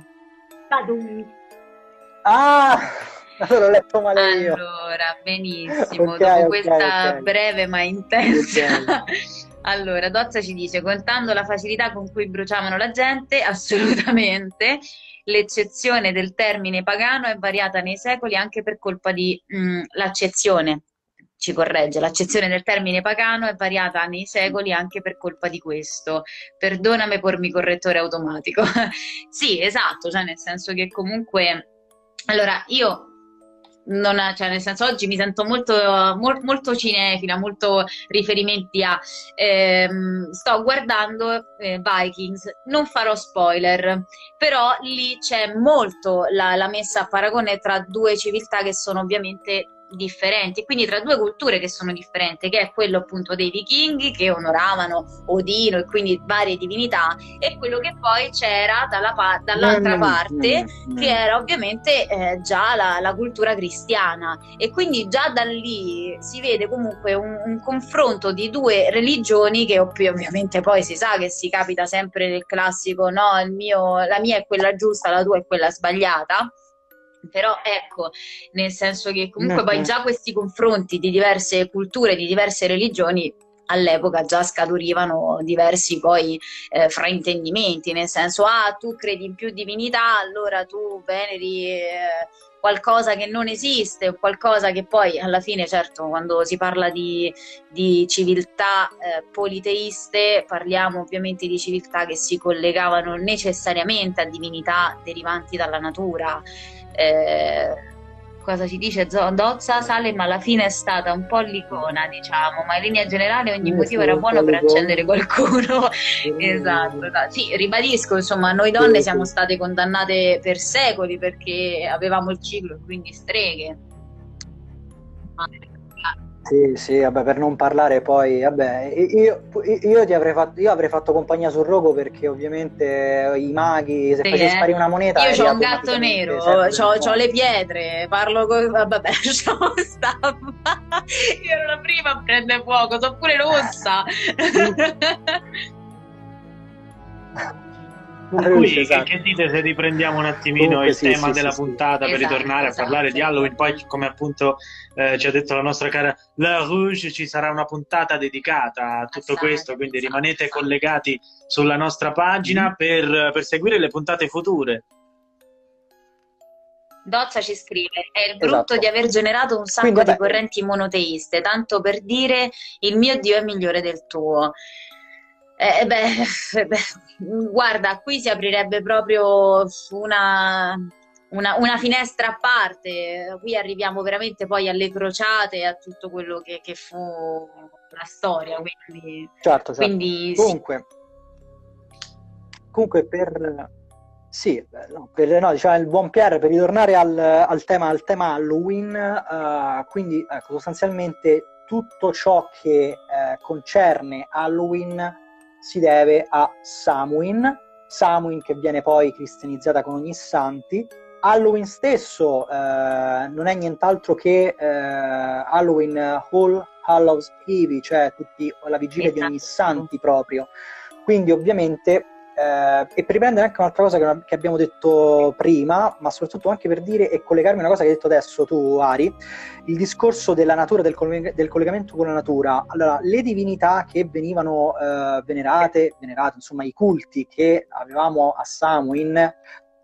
Allora ho letto male io. Allora, benissimo, dopo questa breve ma intensa... Allora, Dozza ci dice, contando la facilità con cui bruciavano la gente, assolutamente. L'eccezione del termine pagano è variata nei secoli anche per colpa di l'accezione. Ci corregge, l'accezione del termine pagano è variata nei secoli anche per colpa di questo. Perdonami pormi correttore automatico. Sì, esatto, cioè nel senso che comunque... Allora, io cioè nel senso, oggi mi sento molto cinefila, molto riferimenti a sto guardando Vikings, non farò spoiler, però lì c'è molto la messa a paragone tra due civiltà che sono ovviamente differenti, quindi tra due culture che sono differenti, che è quello appunto dei vichinghi che onoravano Odino e quindi varie divinità, e quello che poi c'era dall'altra parte che era ovviamente già la cultura cristiana, e quindi già da lì si vede comunque un confronto di due religioni che ovviamente poi si sa che si capita sempre nel classico, no, la mia è quella giusta, la tua è quella sbagliata. Però ecco, nel senso che comunque poi già questi confronti di diverse culture, di diverse religioni, all'epoca già scaturivano diversi poi fraintendimenti, nel senso, tu credi in più divinità, allora tu veneri qualcosa che non esiste, o qualcosa che poi alla fine, certo, quando si parla di civiltà politeiste, parliamo ovviamente di civiltà che si collegavano necessariamente a divinità derivanti dalla natura. Cosa ci dice Dozza? Salem alla fine è stata un po' l'icona, diciamo, ma in linea generale ogni motivo era buono per accendere qualcuno. Esatto. Sì, ribadisco, insomma, noi donne siamo state condannate per secoli perché avevamo il ciclo e quindi streghe. Sì, vabbè, per non parlare poi, vabbè, io avrei fatto compagnia sul rogo, perché ovviamente i maghi, se facessi sparire una moneta... Io c'ho un gatto nero, c'ho le pietre, parlo con... Vabbè, lasciamo stare. Io ero la prima a prendere fuoco, sono pure rossa. Qui, che dite se riprendiamo un attimino il tema della puntata per ritornare a parlare di Halloween? Poi, come appunto ci ha detto la nostra cara La Rouge, ci sarà una puntata dedicata a tutto questo, quindi rimanete collegati sulla nostra pagina per seguire le puntate future. Dozza ci scrive: è il brutto di aver generato un sacco di correnti monoteiste, tanto per dire il mio Dio è migliore del tuo. Guarda, qui si aprirebbe proprio una finestra a parte. Qui arriviamo veramente poi alle crociate, a tutto quello che fu la storia. Quindi, certo. Quindi comunque diciamo il buon Pierre, per ritornare al tema Halloween, quindi ecco, sostanzialmente tutto ciò che concerne Halloween si deve a Samhain, che viene poi cristianizzata con Ognissanti. Halloween stesso non è nient'altro che Halloween All Hallows Eve, cioè la vigilia di Ognissanti proprio. Quindi ovviamente, e per riprendere anche un'altra cosa che abbiamo detto prima, ma soprattutto anche per dire e collegarmi a una cosa che hai detto adesso tu, Ari, il discorso della natura, del collegamento con la natura. Allora, le divinità che venivano venerate, insomma i culti che avevamo a Samhain,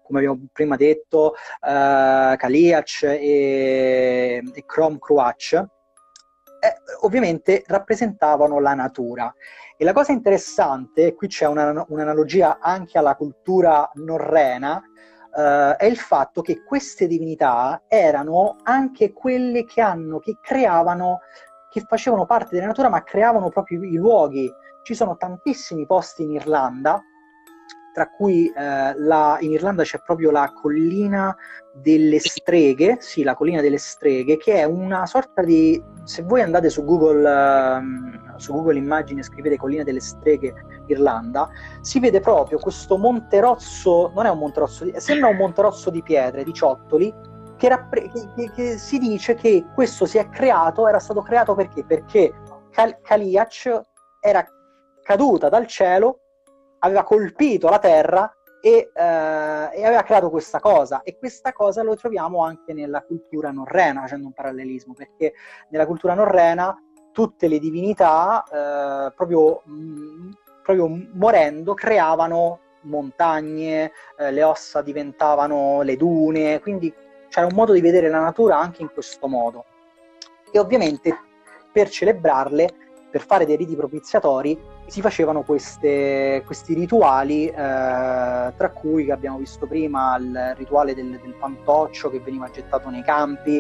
come abbiamo prima detto, Kaliach e Crom Cruach, ovviamente rappresentavano la natura. E la cosa interessante, qui c'è un'analogia anche alla cultura norrena, è il fatto che queste divinità erano anche quelle che creavano, che facevano parte della natura, ma creavano proprio i luoghi. Ci sono tantissimi posti in Irlanda, tra cui in Irlanda c'è proprio la collina delle streghe, sì, la collina delle streghe, che è una sorta di, se voi andate su Google Immagini e scrivete collina delle streghe Irlanda, si vede proprio questo monterozzo, non è un monterozzo, sembra un monterozzo di pietre, di ciottoli, che si dice che questo era stato creato perché Kaliach era caduta dal cielo, aveva colpito la terra e aveva creato questa cosa, e questa cosa lo troviamo anche nella cultura norrena, facendo un parallelismo, perché nella cultura norrena tutte le divinità proprio morendo creavano montagne, le ossa diventavano le dune, quindi c'era un modo di vedere la natura anche in questo modo. E ovviamente per celebrarle, per fare dei riti propiziatori, si facevano questi rituali, tra cui, che abbiamo visto prima, il rituale del fantoccio che veniva gettato nei campi,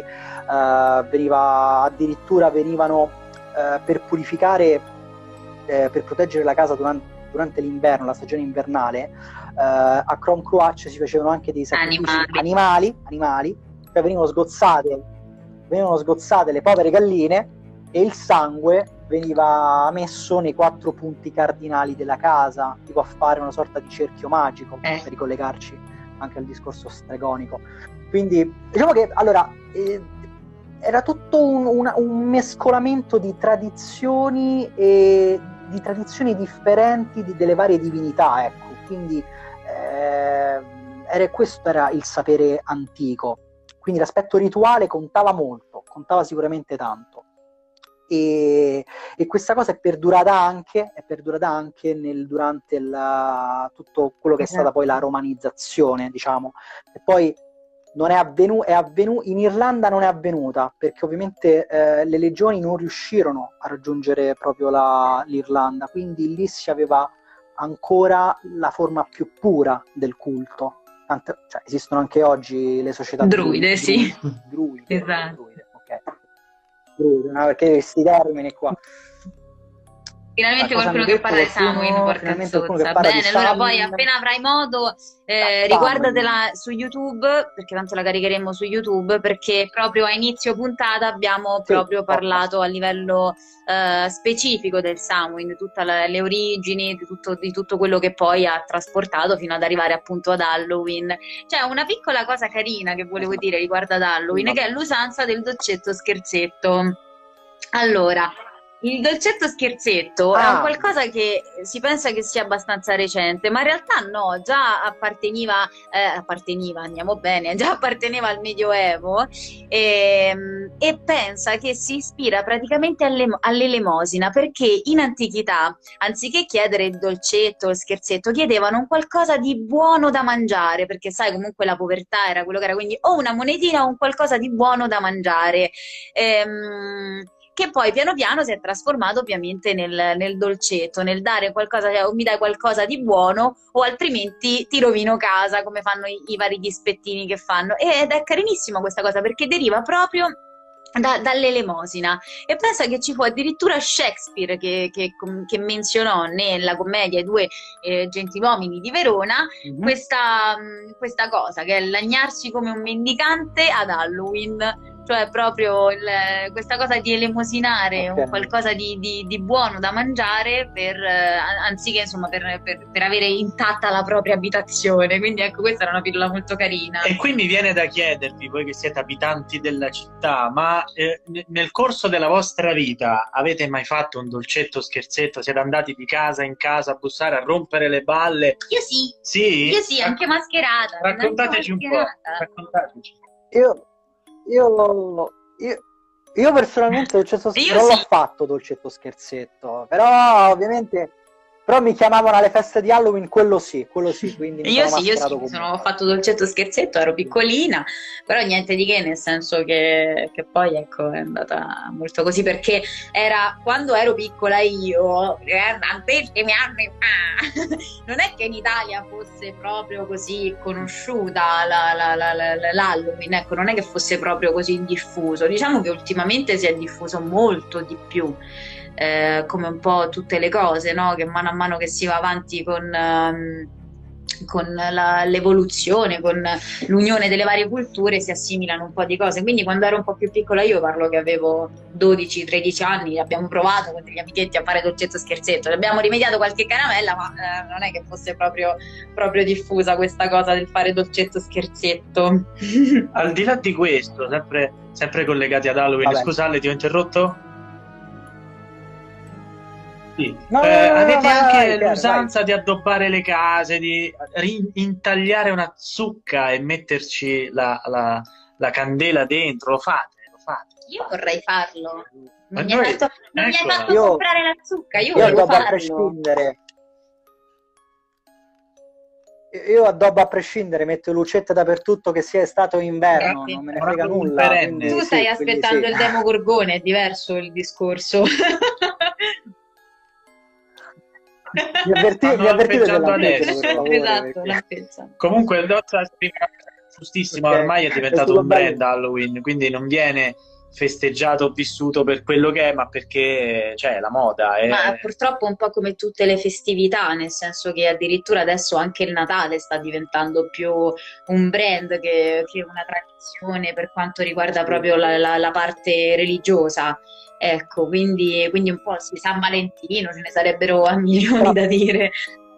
venivano per purificare, per proteggere la casa durante l'inverno, la stagione invernale, a Crom Cruach si facevano anche dei sacrifici animali, cioè venivano sgozzate le povere galline e il sangue veniva messo nei 4 punti cardinali della casa, tipo a fare una sorta di cerchio magico, per ricollegarci anche al discorso stregonico. Quindi diciamo che allora era tutto un mescolamento di tradizioni e di tradizioni differenti delle varie divinità, ecco. Quindi questo era il sapere antico. Quindi l'aspetto rituale contava molto, contava sicuramente tanto. E questa cosa è perdurata anche durante tutto quello che è stata poi la romanizzazione, diciamo. E poi non è in Irlanda non è avvenuta, perché ovviamente le legioni non riuscirono a raggiungere proprio l'Irlanda, quindi lì si aveva ancora la forma più pura del culto. Cioè, esistono anche oggi le società druide, sì. Druide, esatto. Druide, ok. Druide, no? Perché questi termini qua. Finalmente qualcuno che parla di Samhain, porca zozza. Bene, allora poi appena avrai modo riguardatela su YouTube, perché tanto la caricheremo su YouTube, perché proprio a inizio puntata abbiamo proprio parlato a livello specifico del Samhain, tutte le origini, di tutto quello che poi ha trasportato fino ad arrivare appunto ad Halloween. C'è una piccola cosa carina che volevo dire riguardo ad Halloween, che è l'usanza del dolcetto scherzetto. Allora, il dolcetto scherzetto è un qualcosa che si pensa che sia abbastanza recente, ma in realtà no, già apparteneva, andiamo bene, già apparteneva al Medioevo, e pensa che si ispira praticamente all'elemosina, perché in antichità, anziché chiedere il dolcetto o il scherzetto, chiedevano un qualcosa di buono da mangiare, perché sai, comunque la povertà era quello che era, quindi o una monetina o un qualcosa di buono da mangiare. Che poi piano piano si è trasformato ovviamente nel dolcetto, nel dare qualcosa, o mi dai qualcosa di buono o altrimenti ti rovino casa, come fanno i vari ghispettini che fanno. Ed è carinissima questa cosa, perché deriva proprio dall'elemosina, e pensa che ci fu addirittura Shakespeare che menzionò nella commedia I due gentiluomini di Verona questa cosa, che è lagnarsi come un mendicante ad Halloween, cioè proprio questa cosa di elemosinare un qualcosa di buono da mangiare anziché insomma per avere intatta la propria abitazione. Quindi ecco, questa era una pillola molto carina. E quindi viene da chiedervi, voi che siete abitanti della città, ma nel corso della vostra vita avete mai fatto un dolcetto scherzetto? Siete andati di casa in casa a bussare, a rompere le balle? Io sì. Sì? Io sì, anche mascherata. Raccontateci un po'. Raccontateci. Io personalmente non l'ho fatto dolcetto scherzetto, però ovviamente Però mi chiamavano alle feste di Halloween, quello sì, quindi io ho fatto dolcetto scherzetto, ero piccolina, però niente di che, nel senso che poi ecco è andata molto così, perché era quando ero piccola io, tantissimi anni fa, non è che in Italia fosse proprio così conosciuta l'Halloween, ecco, non è che fosse proprio così diffuso, diciamo che ultimamente si è diffuso molto di più. Come un po' tutte le cose, no? Che mano a mano che si va avanti con l'evoluzione, con l'unione delle varie culture si assimilano un po' di cose. Quindi quando ero un po' più piccola, io parlo che avevo 12-13 anni, abbiamo provato con degli amichetti a fare dolcetto scherzetto, abbiamo rimediato qualche caramella, ma non è che fosse proprio diffusa questa cosa del fare dolcetto scherzetto. Al di là di questo, sempre collegati ad Halloween, scusa Ale, ti ho interrotto? Sì. Avete anche l'usanza di addobbare le case, di intagliare una zucca e metterci la candela dentro, lo fate? Io vorrei farlo. Non mi hai fatto comprare la zucca, io volevo addobbo farlo. A prescindere. Io addobbo a prescindere, metto lucette dappertutto, che sia estate o inverno, non me ne frega nulla. Tu stai aspettando il Demogorgone, è diverso il discorso. Mi avvertite esatto, comunque il Dozza ha spiegato giustissimo, ormai è diventato un brand Halloween, quindi non viene festeggiato o vissuto per quello che è, ma perché c'è la moda. Ma purtroppo un po' come tutte le festività, nel senso che addirittura adesso anche il Natale sta diventando più un brand che una tradizione per quanto riguarda proprio la parte religiosa. Ecco, quindi un po' San Valentino, ce ne sarebbero a milioni da dire.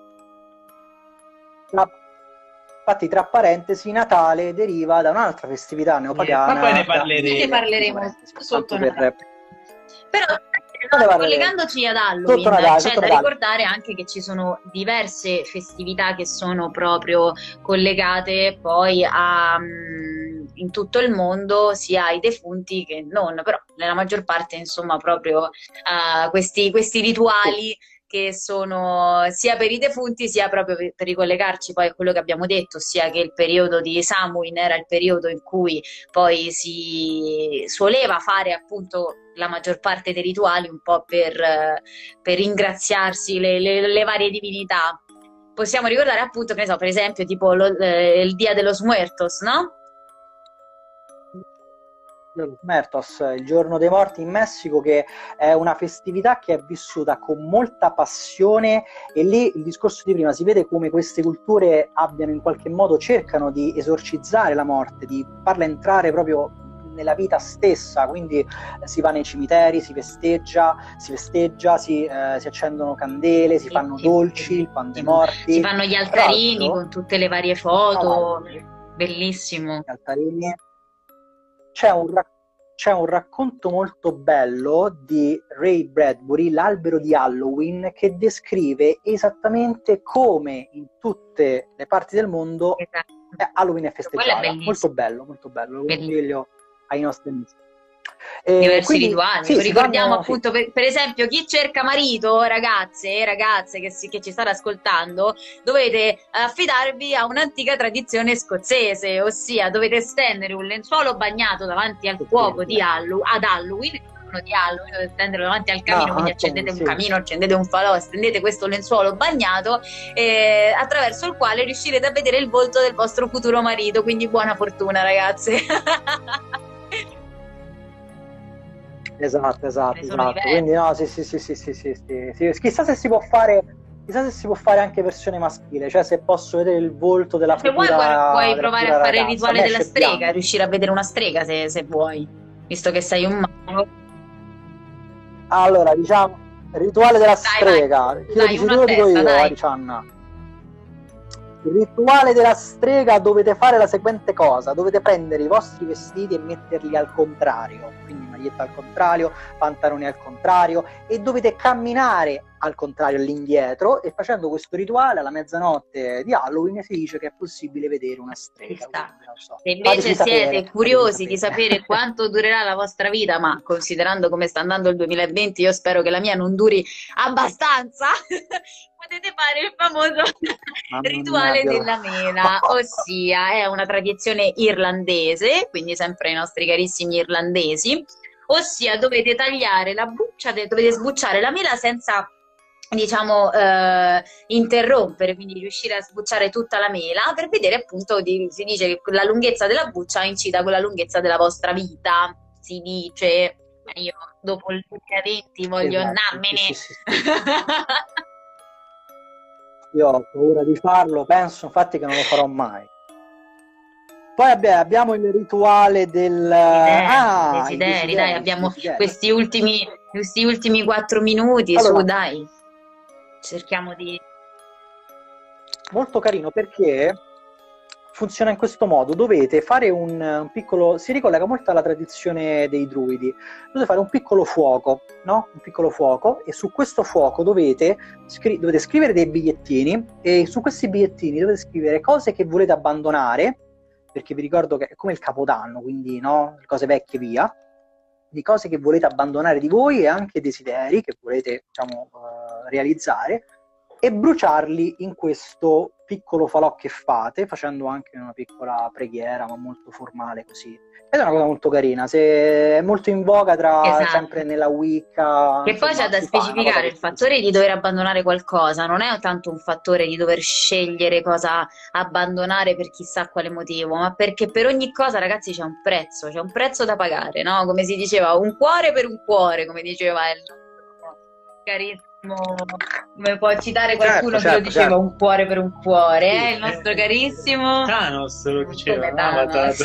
Infatti, tra parentesi, Natale deriva da un'altra festività neopagana. Ma poi ne parleremo sotto Natale. Però collegandoci ad Halloween, c'è da ricordare anche che ci sono diverse festività che sono proprio collegate poi in tutto il mondo, sia ai defunti che non, però nella maggior parte insomma proprio questi rituali che sono sia per i defunti sia proprio per ricollegarci poi a quello che abbiamo detto, sia che il periodo di Samhain era il periodo in cui poi si soleva fare appunto la maggior parte dei rituali un po' per ringraziarsi le varie divinità. Possiamo ricordare appunto, che ne so, per esempio tipo il Dia de los Muertos, no? Muertos, il giorno dei morti in Messico, che è una festività che è vissuta con molta passione, e lì il discorso di prima, si vede come queste culture abbiano in qualche modo, cercano di esorcizzare la morte, di farla entrare proprio nella vita stessa, quindi si va nei cimiteri, si festeggia, si accendono candele, si fanno dolci, il pan dei morti, si fanno gli altarini con tutte le varie foto, bellissimo. Gli altarini. C'è un racconto molto bello di Ray Bradbury, L'albero di Halloween, che descrive esattamente come in tutte le parti del mondo Halloween è festeggiata. Molto bello, lo consiglio ai nostri amici. Diversi rituali, sì, ricordiamo appunto per esempio chi cerca marito, ragazze e ragazze che ci state ascoltando, dovete affidarvi a un'antica tradizione scozzese, ossia dovete stendere un lenzuolo bagnato davanti al fuoco ad Halloween, di Halloween, dovete stenderlo davanti al camino, quindi accendete un camino, accendete un falò, stendete questo lenzuolo bagnato attraverso il quale riuscirete a vedere il volto del vostro futuro marito, quindi buona fortuna ragazze. Esatto. Quindi no, sì. Chissà se si può fare anche versione maschile, cioè se posso vedere il volto della futura. Puoi provare a fare il rituale della strega, riuscire a vedere una strega se vuoi, visto che sei un mago. Allora, diciamo, il rituale della strega. Lo dico io, Arianna. Il rituale della strega, dovete fare la seguente cosa: dovete prendere i vostri vestiti e metterli al contrario, quindi maglietta al contrario, pantaloni al contrario, e dovete camminare al contrario all'indietro, e facendo questo rituale alla mezzanotte di Halloween si dice che è possibile vedere una strega. Quindi, non so. Se invece siete curiosi di sapere quanto durerà la vostra vita, ma considerando come sta andando il 2020, io spero che la mia non duri abbastanza, potete fare il famoso rituale della mela, ossia è una tradizione irlandese, quindi sempre i nostri carissimi irlandesi, ossia dovete tagliare la buccia, dovete sbucciare la mela senza, diciamo, interrompere, quindi riuscire a sbucciare tutta la mela per vedere appunto, si dice che la lunghezza della buccia incida con la lunghezza della vostra vita, si dice, ma io dopo il 2020 voglio andarmene. Sì. Io ho paura di farlo, penso infatti che non lo farò mai. Poi abbiamo il rituale del desideri, dai, abbiamo questi ultimi 4 minuti, allora, su, dai. Cerchiamo di... Molto carino, perché funziona in questo modo: dovete fare un piccolo, si ricollega molto alla tradizione dei druidi, dovete fare un piccolo fuoco, no? Un piccolo fuoco, e su questo fuoco dovete scrivere dei bigliettini, e su questi bigliettini dovete scrivere cose che volete abbandonare, perché vi ricordo che è come il Capodanno, quindi no, le cose vecchie via, di cose che volete abbandonare di voi e anche desideri che volete, diciamo, realizzare, e bruciarli in questo piccolo falò che fate, facendo anche una piccola preghiera, ma molto formale così. Ed è una cosa molto carina, se è molto in voga sempre nella Wicca. Che poi c'è da specificare il fattore di dover abbandonare qualcosa, non è tanto un fattore di dover scegliere cosa abbandonare per chissà quale motivo, ma perché per ogni cosa, ragazzi, c'è un prezzo da pagare, no? Come si diceva, un cuore per un cuore, come diceva il carissimo, come può citare qualcuno che lo diceva, un cuore per un cuore, il nostro carissimo Thanos lo diceva, ma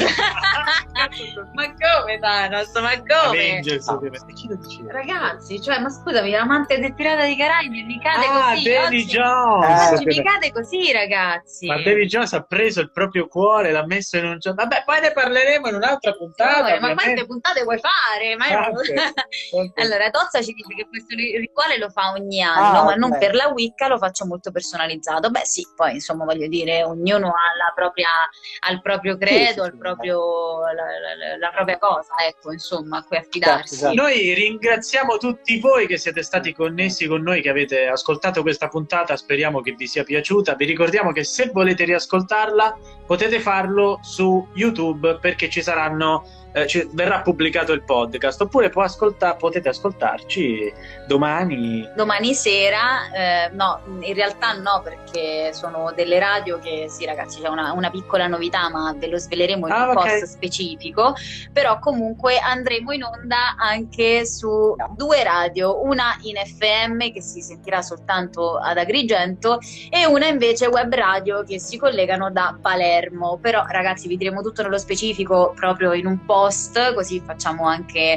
come Thanos, ma come Avengers, ragazzi, cioè, ma scusami, l'amante del Pirata dei Caraibi mi cade così Davy Jones, mi cade così, ragazzi, ma Davy Jones ha preso il proprio cuore, l'ha messo in un gioco, vabbè, poi ne parleremo in un'altra puntata, ma quante puntate vuoi fare? Allora Tozza ci dice che questo rituale lo fa ogni anno, ma non per la Wicca, lo faccio molto personalizzato. Beh sì, poi insomma voglio dire, ognuno ha il proprio credo, il proprio, la propria cosa, ecco, insomma, a cui affidarsi. Esatto. Noi ringraziamo tutti voi che siete stati connessi con noi, che avete ascoltato questa puntata, speriamo che vi sia piaciuta. Vi ricordiamo che se volete riascoltarla potete farlo su YouTube, perché ci saranno verrà pubblicato il podcast, oppure potete ascoltarci domani sera, no, in realtà no, perché sono delle radio che, sì ragazzi, c'è una piccola novità, ma ve lo sveleremo in un post specifico, però comunque andremo in onda anche su 2 radio, una in FM che si sentirà soltanto ad Agrigento e una invece web radio che si collegano da Palermo. Però ragazzi, vi diremo tutto nello specifico proprio in un post, così facciamo anche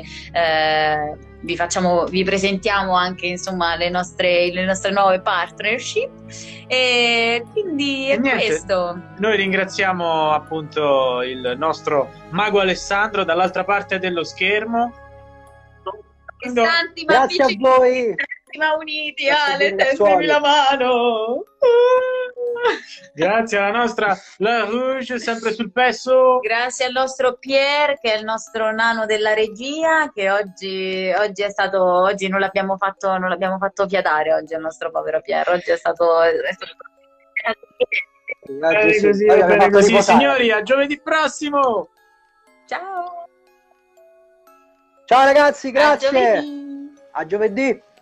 vi presentiamo anche, insomma, le nostre nuove partnership, e quindi è questo. Noi ringraziamo appunto il nostro mago Alessandro dall'altra parte dello schermo. Grazie a voi, ma uniti, tendimi la mano. Grazie alla nostra La Rouge, sempre sul pezzo. Grazie al nostro Pier, che è il nostro nano della regia, che oggi non l'abbiamo fatto fiatare oggi il nostro povero Pier. Oggi è stato bene così. Signori, a giovedì prossimo. Ciao ragazzi, grazie, a giovedì.